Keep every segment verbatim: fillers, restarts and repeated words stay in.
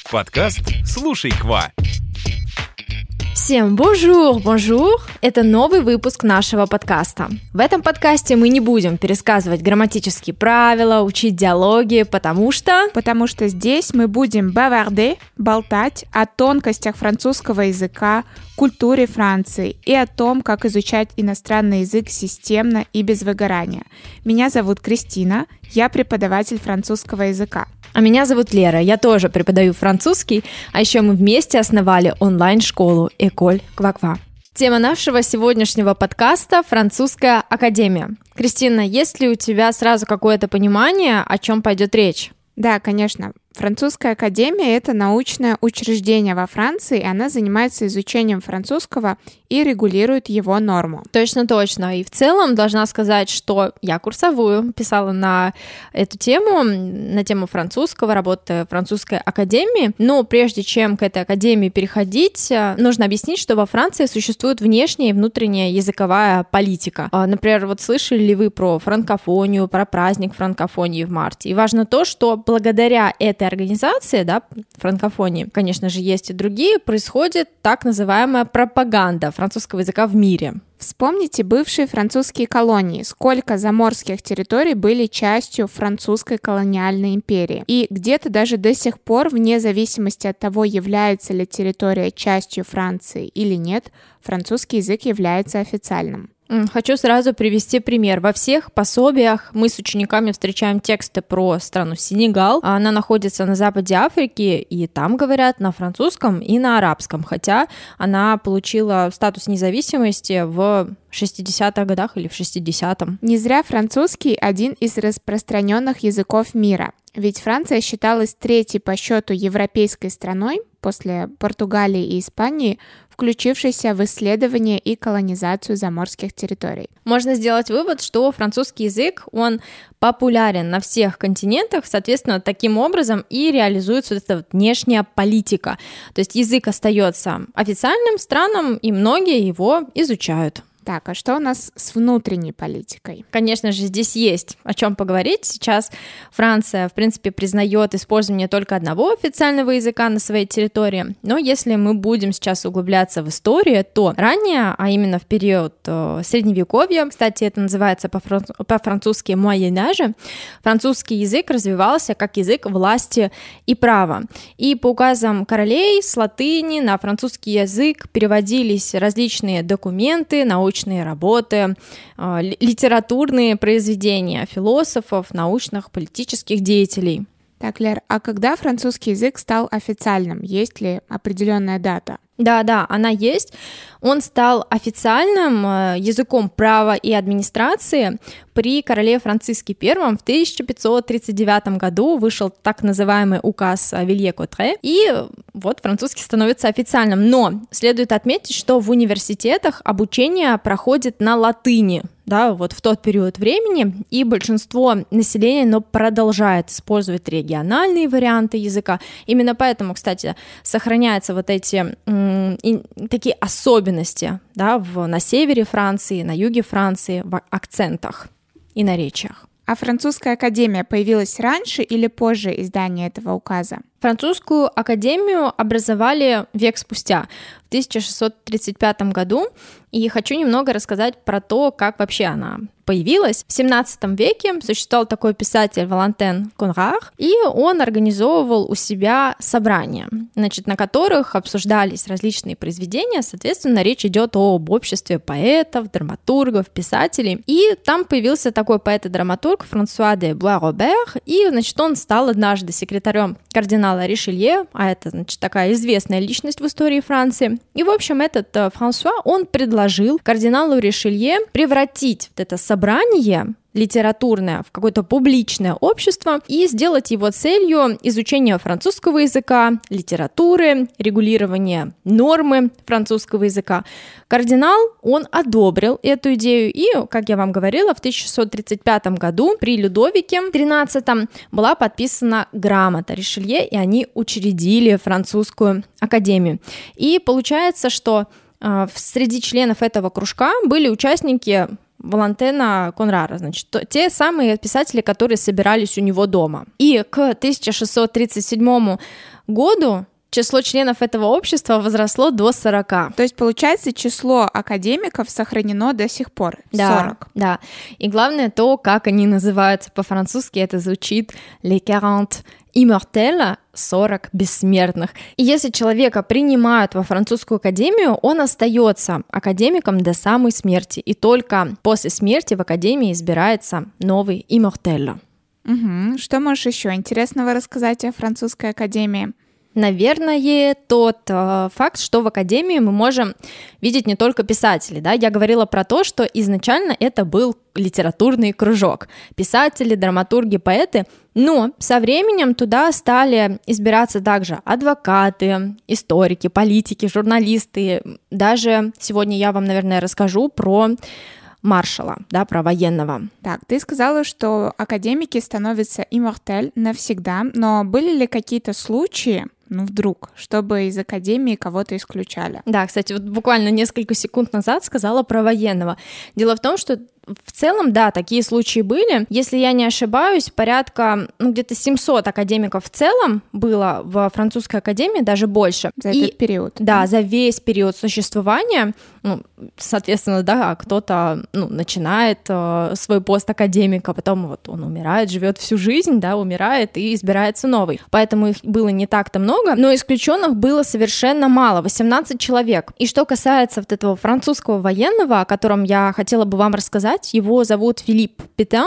Подкаст «Слушай, Ква». Всем бонжур, бонжур! Это новый выпуск нашего подкаста. В этом подкасте мы не будем пересказывать грамматические правила, учить диалоги, потому что... Потому что здесь мы будем баварде, болтать о тонкостях французского языка, культуре Франции и о том, как изучать иностранный язык системно и без выгорания. Меня зовут Кристина, я преподаватель французского языка. А меня зовут Лера, я тоже преподаю французский, а еще мы вместе основали онлайн-школу École Ква-Ква. Тема нашего сегодняшнего подкаста – Французская академия. Кристина, есть ли у тебя сразу какое-то понимание, о чем пойдет речь? Да, конечно. Французская академия – это научное учреждение во Франции, и она занимается изучением французского и регулирует его норму. Точно, точно. И в целом должна сказать, что я курсовую писала на эту тему, на тему французского, работы в французской академии. Но прежде чем к этой академии переходить, нужно объяснить, что во Франции существует внешняя и внутренняя языковая политика. Например, вот слышали ли вы про франкофонию, про праздник франкофонии в марте? И важно то, что благодаря этой организации, да, франкофонии, конечно же, есть и другие, происходит так называемая пропаганда французского языка в мире. Вспомните бывшие французские колонии, сколько заморских территорий были частью французской колониальной империи. И где-то даже до сих пор, вне зависимости от того, является ли территория частью Франции или нет, французский язык является официальным. Хочу сразу привести пример. Во всех пособиях мы с учениками встречаем тексты про страну Сенегал. Она находится на западе Африки, и там говорят на французском и на арабском, хотя она получила статус независимости в шестидесятых годах или в шестидесятом. Не зря французский один из распространенных языков мира. Ведь Франция считалась третьей по счету европейской страной после Португалии и Испании, включившейся в исследование и колонизацию заморских территорий. Можно сделать вывод, что французский язык, он популярен на всех континентах, соответственно, таким образом и реализуется вот эта вот внешняя политика. То есть язык остается официальным странам, и многие его изучают. Так, а что у нас с внутренней политикой? Конечно же, здесь есть о чем поговорить. Сейчас Франция, в принципе, признает использование только одного официального языка на своей территории. Но если мы будем сейчас углубляться в историю, то ранее, а именно в период э, Средневековья, кстати, это называется по-фран- по-французски «Moyen Âge», французский язык развивался как язык власти и права. И по указам королей с латыни на французский язык переводились различные документы, научные научные работы, литературные произведения философов, научных, политических деятелей. Так, Лер, а когда французский язык стал официальным? Есть ли определенная дата? Да, да, она есть. Он стал официальным языком права и администрации при короле Франциске Первом. В тысяча пятьсот тридцать девятом году вышел так называемый указ Вилье-Котре, и вот французский становится официальным. Но следует отметить, что в университетах обучение проходит на латыни, да, вот в тот период времени, и большинство населения, но продолжает использовать региональные варианты языка. Именно поэтому, кстати, сохраняются вот эти м, и, такие особенности, да, в, на севере Франции, на юге Франции, в акцентах и наречиях. А французская академия появилась раньше или позже издания этого указа? Французскую академию образовали век спустя, в тысяча шестьсот тридцать пятом году, и хочу немного рассказать про то, как вообще она появилась. В семнадцатом веке существовал такой писатель Валентин Конрар, и он организовывал у себя собрания, значит, на которых обсуждались различные произведения, соответственно, речь идет об обществе поэтов, драматургов, писателей, и там появился такой поэт и драматург Франсуа де Блуа-Робер, и, значит, он стал однажды секретарем кардинала Ришелье, а это, значит, такая известная личность в истории Франции. И, в общем, этот э, Франсуа, он предложил кардиналу Ришелье превратить вот это собрание литературное в какое-то публичное общество и сделать его целью изучение французского языка, литературы, регулирование нормы французского языка. Кардинал, он одобрил эту идею, и, как я вам говорила, в тысяча шестьсот тридцать пятом году при Людовике тринадцатом была подписана грамота Ришелье, и они учредили французскую академию. И получается, что э, среди членов этого кружка были участники Валентина Конрара, значит, то, те самые писатели, которые собирались у него дома. И к тысяча шестьсот тридцать седьмому году число членов этого общества возросло до сорока. То есть, получается, число академиков сохранено до сих пор, да, сорок. Да, и главное то, как они называются по-французски, это звучит «les quarante immortels», сорок бессмертных. И если человека принимают во французскую академию, он остается академиком до самой смерти, и только после смерти в академии избирается новый immortel. Угу. Что можешь еще интересного рассказать о французской академии? Наверное, тот э, факт, что в академии мы можем видеть не только писателей, да, я говорила про то, что изначально это был литературный кружок, писатели, драматурги, поэты, но со временем туда стали избираться также адвокаты, историки, политики, журналисты, даже сегодня я вам, наверное, расскажу про маршала, да, про военного. Так, ты сказала, что академики становятся immortels навсегда, но были ли какие-то случаи, ну вдруг, чтобы из академии кого-то исключали? Да, кстати, вот буквально несколько секунд назад сказала про военного. Дело в том, что в целом, да, такие случаи были. Если я не ошибаюсь, порядка, ну, где-то семьсот академиков в целом было в французской академии, даже больше. За И, этот период. Да, за весь период существования, ну, соответственно, да, кто-то, ну, начинает э, свой пост академика, потом вот он умирает, живет всю жизнь, да, умирает и избирается новый. Поэтому их было не так-то много, но исключенных было совершенно мало, восемнадцать человек. И что касается вот этого французского военного, о котором я хотела бы вам рассказать, его зовут Филипп Петен,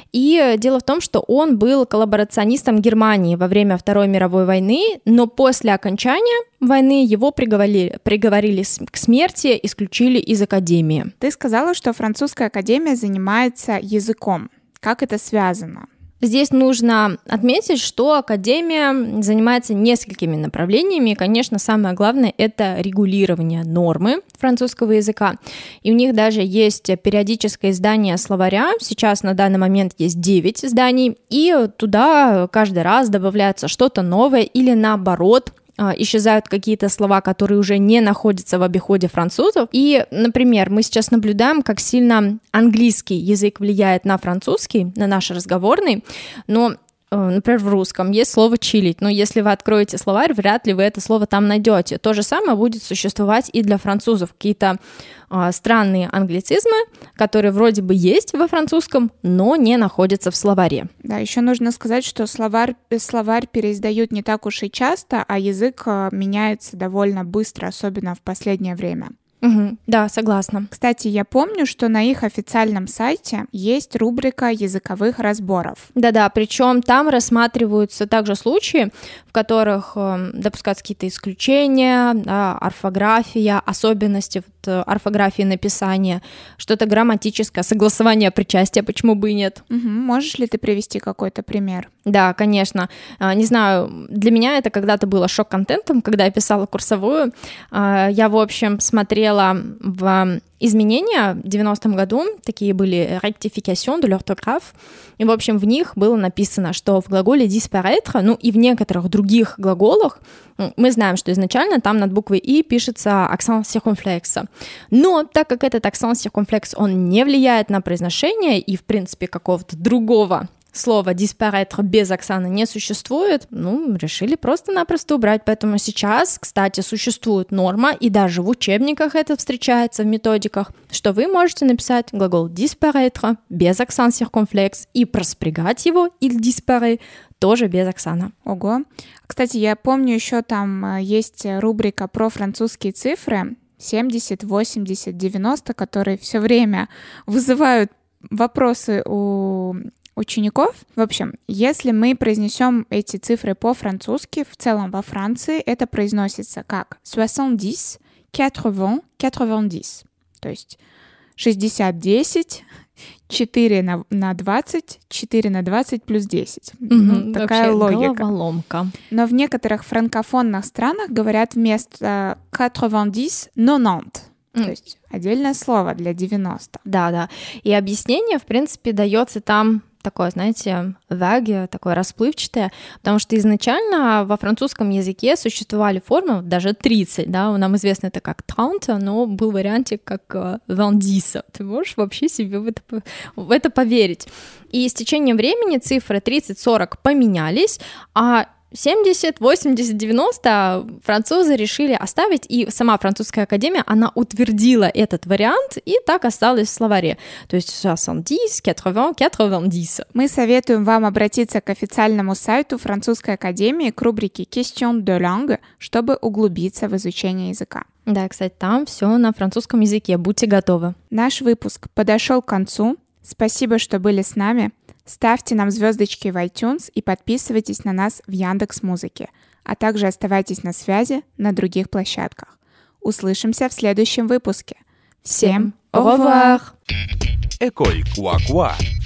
и дело в том, что он был коллаборационистом Германии во время Второй мировой войны, но после окончания войны его приговорили, приговорили к смерти, исключили из академии. Ты сказала, что французская академия занимается языком. Как это связано? Здесь нужно отметить, что академия занимается несколькими направлениями, и, конечно, самое главное — это регулирование нормы французского языка, и у них даже есть периодическое издание словаря, сейчас на данный момент есть девять изданий, и туда каждый раз добавляется что-то новое или наоборот, исчезают какие-то слова, которые уже не находятся в обиходе французов. И, например, мы сейчас наблюдаем, как сильно английский язык влияет на французский, на наш разговорный, но, например, в русском есть слово «чилить», но если вы откроете словарь, вряд ли вы это слово там найдете. То же самое будет существовать и для французов. Какие-то э, странные англицизмы, которые вроде бы есть во французском, но не находятся в словаре. Да, еще нужно сказать, что словарь, словарь переиздают не так уж и часто, а язык меняется довольно быстро, особенно в последнее время. Угу, да, согласна. Кстати, я помню, что на их официальном сайте есть рубрика языковых разборов. Да-да, причем там рассматриваются также случаи, в которых э, допускаются какие-то исключения, да, орфография, особенности вот, орфографии написания, что-то грамматическое, согласование причастия, почему бы и нет. Угу. Можешь ли ты привести какой-то пример? Да, конечно. Не знаю, для меня это когда-то было шок-контентом, когда я писала курсовую. Я, в общем, смотрела в изменения в девяностом году, такие были rectification de l'orthographe, и, в общем, в них было написано, что в глаголе disparaître, ну и в некоторых других глаголах, мы знаем, что изначально там над буквой «и» пишется акцент circonflexe, но так как этот акцент circonflexe, он не влияет на произношение и, в принципе, какого-то другого слова disparaître без акцента не существует, ну, решили просто-напросто убрать. Поэтому сейчас, кстати, существует норма, и даже в учебниках это встречается в методиках, что вы можете написать глагол disparaître без акцент circonflexe и проспрягать его il disparaît тоже без акцента. Ого. Кстати, я помню, еще там есть рубрика про французские цифры семьдесят, восемьдесят, девяносто, которые все время вызывают вопросы у учеников. В общем, если мы произнесем эти цифры по-французски, в целом во Франции это произносится как soixante-dix, quatre-vingts, quatre-vingt-dix. То есть шестьдесят, десять, четыре на двадцать, четыре на двадцать плюс десять. Угу, ну, такая логика. Головоломка. Но в некоторых франкофонных странах говорят вместо quatre-vingt-dix, novante. То есть отдельное слово для девяносто. Да, да. И объяснение, в принципе, дается там такое, знаете, vague, такое расплывчатое, потому что изначально во французском языке существовали формы, даже тридцать, да, нам известно это как тридцать, но был вариантик как двадцать. Ты можешь вообще себе в это, в это поверить? И с течением времени цифры тридцать сорок поменялись, а семьдесят, восемьдесят, девяносто французы решили оставить, и сама французская академия, она утвердила этот вариант, и так осталось в словаре. То есть шестьдесят, восемьдесят, девяносто. Мы советуем вам обратиться к официальному сайту французской академии к рубрике «Question de langue», чтобы углубиться в изучение языка. Да, кстати, там все на французском языке, будьте готовы. Наш выпуск подошел к концу. Спасибо, что были с нами. Ставьте нам звездочки в iTunes и подписывайтесь на нас в Яндекс.Музыке, а также оставайтесь на связи на других площадках. Услышимся в следующем выпуске. Всем au revoir! École Quoi Quoi.